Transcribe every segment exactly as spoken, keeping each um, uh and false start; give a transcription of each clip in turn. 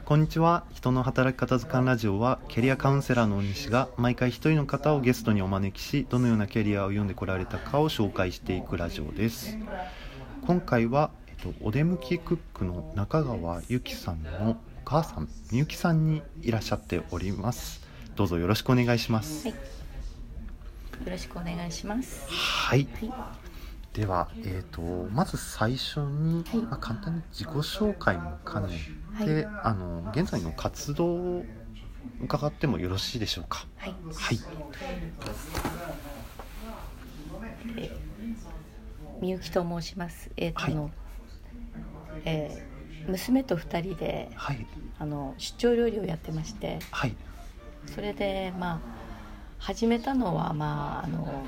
こんにちは。人の働き方図鑑ラジオはキャリアカウンセラーの大西が毎回一人の方をゲストにお招きし、どのようなキャリアを歩んでこられたかを紹介していくラジオです。今回は、えっと、お出向きクックの中川由紀さんのお母さんみゆきさんにいらっしゃっております。どうぞよろしくお願いします。 はい、よろしくお願いします。 はい、 はいでは、えー、とまず最初に、 はいまあ、簡単に自己紹介も兼ねて、 はい、 あの現在の活動を伺ってもよろしいでしょうか。 はい、 はい、 えみゆきと申します。えーとはいあのえー娘とふたりではいあの出張料理をやってまして、 はいそれでまあ始めたのはまああの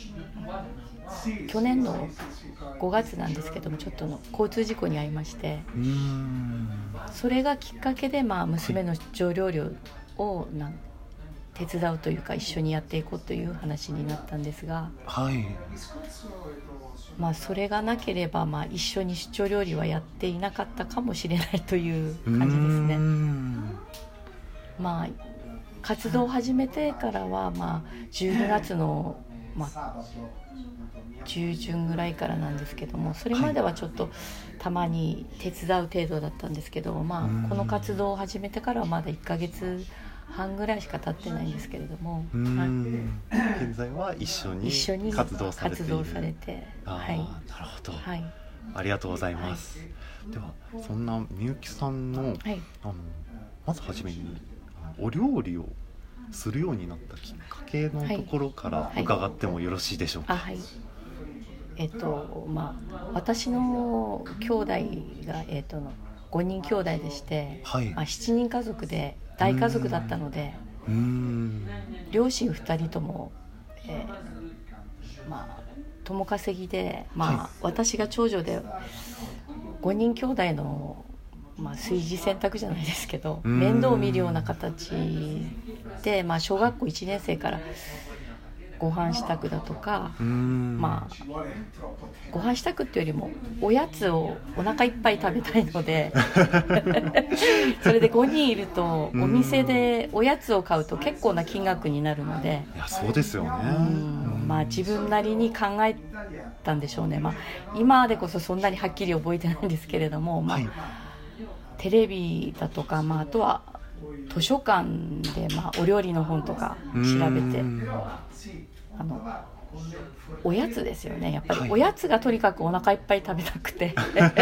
去年のごがつなんですけども、ちょっとの交通事故に遭いまして、 うーんそれがきっかけで、まあ、娘の出張料理をなん手伝うというか一緒にやっていこうという話になったんですが、 はいまあ、それがなければ、まあ、一緒に出張料理はやっていなかったかもしれないという感じですね。 うーんまあ、活動を始めてからは、まあ、じゅうにがつの、まあ、中旬ぐらいからなんですけども、それまではちょっとたまに手伝う程度だったんですけど、まあ、この活動を始めてからはまだいっかげつはんぐらいしか経ってないんですけれども、 うーんはい、 現在は一緒に一緒に活動されている。 活動されて、 あー、 はい、 なるほど、 はい、 ありがとうございます。ではそんなみゆきさんの、 はい、 あのまずはじめにお料理をするようになったきっかけのところから伺ってもよろしいでしょうか。 あ、はい、えっとまあ、私の兄弟が、えっと、のごにん兄弟でして、 はいまあ、しちにん家族で大家族だったので、 うーん両親ふたりとも、えーまあ、共稼ぎで、まあはい私が長女でごにん兄弟の、まあ、炊事選択じゃないですけど、 うん面倒を見るような形で、まあ、小学校いちねん生からご飯支度だとか、 うーんまあ、ご飯支度っていうよりもおやつをお腹いっぱい食べたいのでそれでごにんいるとお店でおやつを買うと結構な金額になるので、 いやそうですよね。 うんまあ、自分なりに考えたんでしょうね。まあ、今でこそそんなにはっきり覚えてないんですけれども、まあはいテレビだとか、まあ、あとは図書館で、まあ、お料理の本とか調べて、 うーんあのおやつですよね。やっぱはいりおやつがとにかくお腹いっぱい食べたくて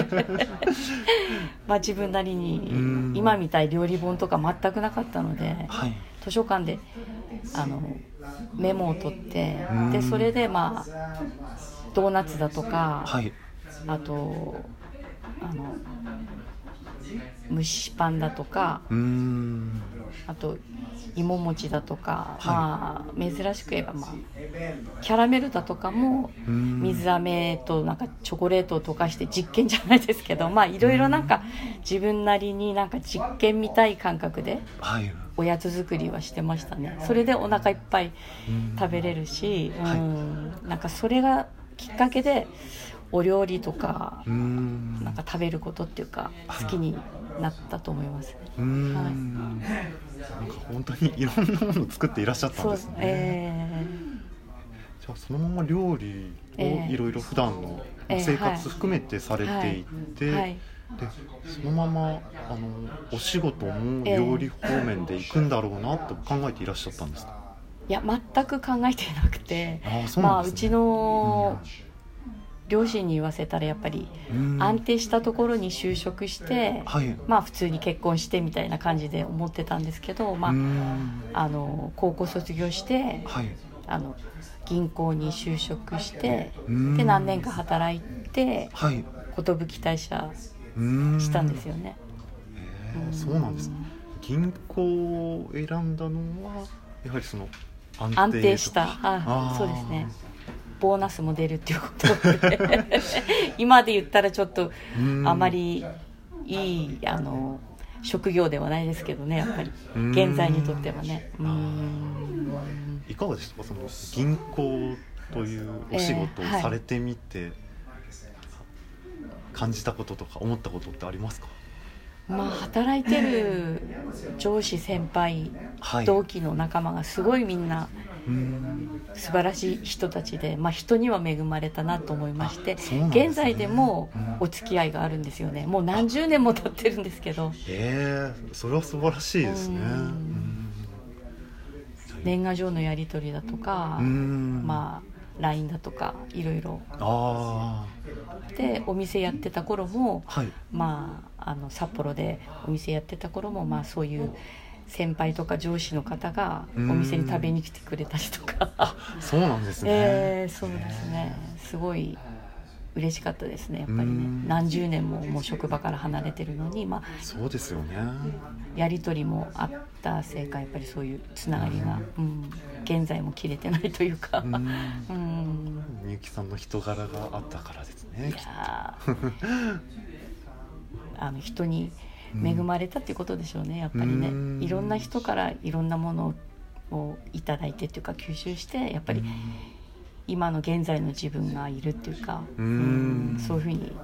まあ自分なりにうん今みたい料理本とか全くなかったので、 はい図書館であのメモを取ってうんでそれでまあドーナツだとか、 はいあとあの蒸しパンだとか、 うーんあと芋餅だとか、 はいまあ珍しく言えば、まあ、キャラメルだとかもうーん水飴となんかチョコレートを溶かして実験じゃないですけど、まあいろいろなんか自分なりになんか実験みたい感覚ではいおやつ作りはしてましたね。それでお腹いっぱいうん食べれるし、うんはいなんかそれがきっかけでお料理とかうーんなんか食べることっていうか好きになったと思いますね。 うーんはいなんか本当にいろんなものを作っていらっしゃったんですね。 えじゃあそのまま料理をいろいろ普段のえー生活含めてされていて、 はいはいでそのままあのお仕事も料理方面で行くんだろうなと考えていらっしゃったんですか。 いや全く考えてなくて、 ああそうまなんですね。 あうちの両親に言わせたらやっぱりうん安定したところに就職して、 はいまあ普通に結婚してみたいな感じで思ってたんですけど、まあうんあの高校卒業してはいあの銀行に就職してうんで何年か働いてはい寿退社うんしたんですよね。 へーそうなんですね。銀行を選んだのはやはりその安定安定したとああーそうですね。ボーナスも出るっていうことで今で言ったらちょっとうんあまりいいあの職業ではないですけどね、やっぱりうん現在にとってはね。うーあんいかがでしたか、その銀行というお仕事をえーはいされてみて、感じたこととか思ったことってありますか？ まあ働いてる上司先輩、 はい、 同期の仲間がすごいみんな素晴らしい人たちで、まあ、人には恵まれたなと思いまして、 そうなんですね、 現在でもお付き合いがあるんですよね。もう何十年も経ってるんですけど。 えー、それは素晴らしいですね。 年賀状のやり取りだとか、まあ ライン だとかいろいろあで、お店やってた頃も、 はい、 まあ、あの札幌でお店やってた頃も、まあ、そういう先輩とか上司の方がお店に食べに来てくれたりとか。 あ、そうなんですね。 えー、そうですね、すごい嬉しかったですね。やっぱりね、何十年ももう職場から離れてるのに、まあ、 そうですよね、 やり取りもあったせいか、やっぱりそういうつながりが、うん、現在も切れてないというか、うん、 みゆきさんの人柄があったからですね。 いやあの人に恵まれたっていうことでしょうね、やっぱりね。いろんな人からいろんなものをいただいてっていうか吸収して、やっぱり今の現在の自分がいるっていうか、うん、そういうふうに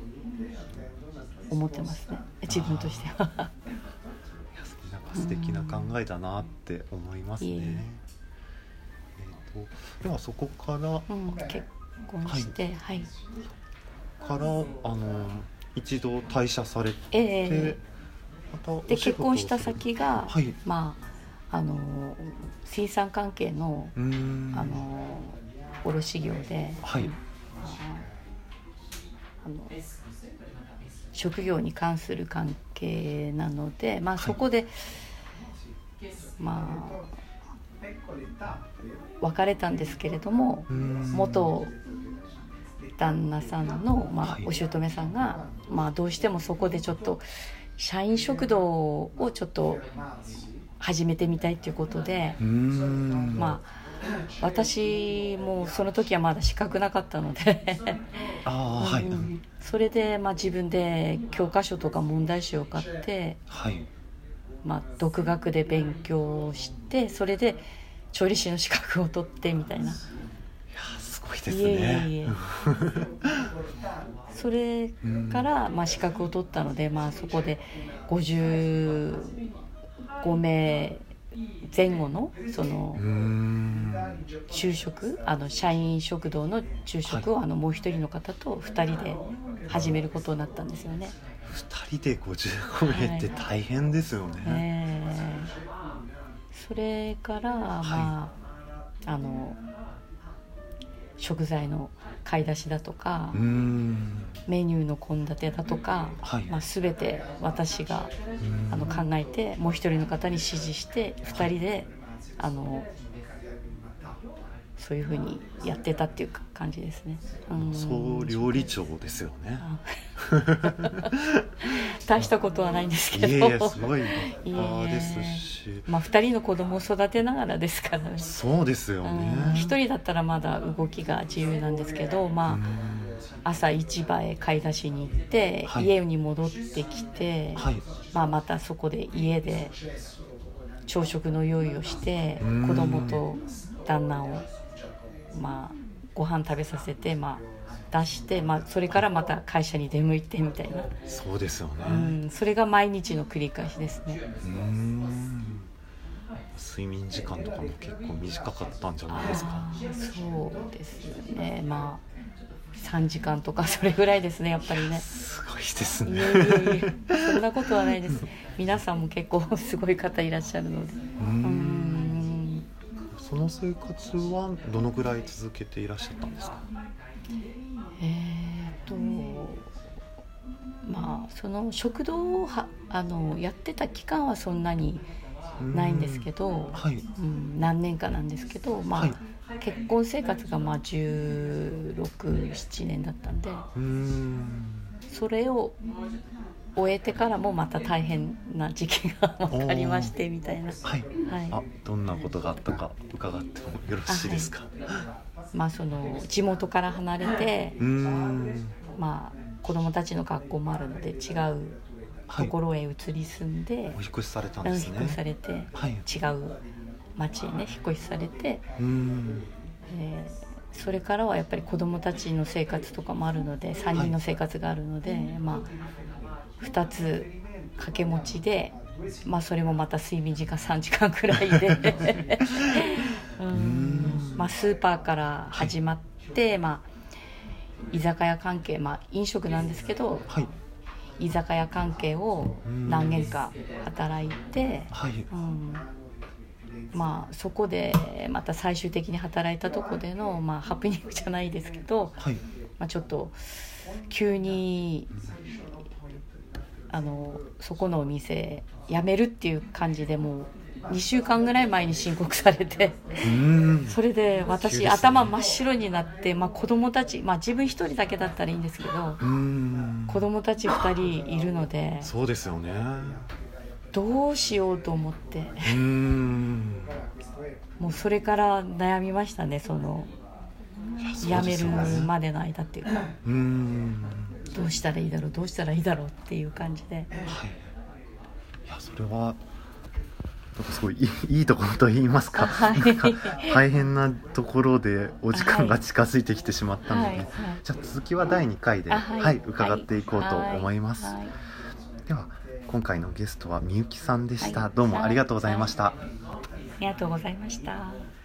思ってますね、自分としては。 いや、なんか素敵な考えだなって思いますね。うん、えー、とではそこから、 うん、結婚して、はいはい、 からあの一度退社されて、 えー、またで結婚した先が、 はい、まあ、あの水産関係の、あの卸業で、 はい、 あの職業に関する関係なので、まあ、そこで、はい、まあ別れたんですけれども、元旦那さんの、まあ、お姑さんが、まあ、どうしてもそこでちょっと社員食堂をちょっと始めてみたいということで、まあ私もその時はまだ資格なかったのであ、はい、うん、 それで、まあ、自分で教科書とか問題集を買って、 はい、 まあ、独学で勉強して、それで調理師の資格を取ってみたいな。いや、 すごいですね。 いえいえいえそれから、まあ、資格を取ったので、まあ、そこでごじゅうごめい前後のその昼食、あの社員食堂の昼食を、はい、あのもう一人の方とふたりで始めることになったんですよね。 ふたりでごじゅうごめいって大変ですよね。はい、 えー、それから、まあ、はい、あの食材の買い出しだとか、メニューの献立だとか、はい、まあ、全て私があの考えて、もう一人の方に指示してふたりで、はい、あのそういうふうにやってたっていうか感じですね。 総料理長ですよね。 大したことはないんですけど、 いやいや、すごい立派ですし、 まあ、ふたりの子供を育てながらですからね。 そうですよね。 ひとりだったらまだ動きが自由なんですけど、まあ、朝市場へ買い出しに行って、はい、家に戻ってきて、はい、まあ、またそこで家で朝食の用意をして、子供と旦那を、まあ、ご飯食べさせて、まあ、出して、まあ、それからまた会社に出向いてみたいな。 そうですよね。 うん、それが毎日の繰り返しですね。 うーん、睡眠時間とかも結構短かったんじゃないですか。 そうですよね。まあさんじかんとかそれぐらいですね、やっぱりね。 すごいですね。 いやいやいや、そんなことはないです。皆さんも結構すごい方いらっしゃるので。うーん、 その生活はどのぐらい続けていらっしゃったんですか。 えーとまあその食堂をはあのやってた期間はそんなにないんですけど、はい、うん、何年かなんですけど、まあ、はい、結婚生活がまあじゅうろく、ななねんだったんで、うーん、それを終えてからもまた大変な時期がありましてみたいな、 はいはい、あ、どんなことがあったか伺ってもよろしいですか。 はい、まあ、その地元から離れて、うーん、まあ、子どもたちの学校もあるので違うところへ移り住んで、はい、 お引越しされたんですね。 引っ越しされて、はい、違う町へね引っ越しされて、うーん、えー、それからはやっぱり子どもたちの生活とかもあるのでさんにんの生活があるので、はい、まあ、ふたつ掛け持ちで、まあ、それもまた睡眠時間さんじかんくらいでうんまあ、スーパーから始まって、はい、まあ、居酒屋関係、まあ、飲食なんですけど、はい、居酒屋関係を何年か働いて、はい、うん、まあ、そこでまた最終的に働いたとこでの、まあ、ハプニングじゃないですけど、はい、まあ、ちょっと急にあのそこのお店辞めるっていう感じで、もうにしゅうかんぐらい前に申告されてそれで私、ね、頭真っ白になって、まあ、子供たち、まあ、自分一人だけだったらいいんですけど、子供たちふたりいるので、 そうですよね、 どうしようと思って、うーん、もうそれから悩みましたね、その辞めるまでの間っていうか、うーん、どうしたらいいだろうどうしたらいいだろうっていう感じで、はい、いや、それはなんかすごいいい、いいところと言いますか、はい、なんか大変なところでお時間が近づいてきてしまったので、はいはい、じゃあ続きはだいにかいで、はいはい、伺っていこうと思います、はいはい、では今回のゲストはみゆきさんでした、はい、どうもありがとうございました、はい、 ありがとうございました。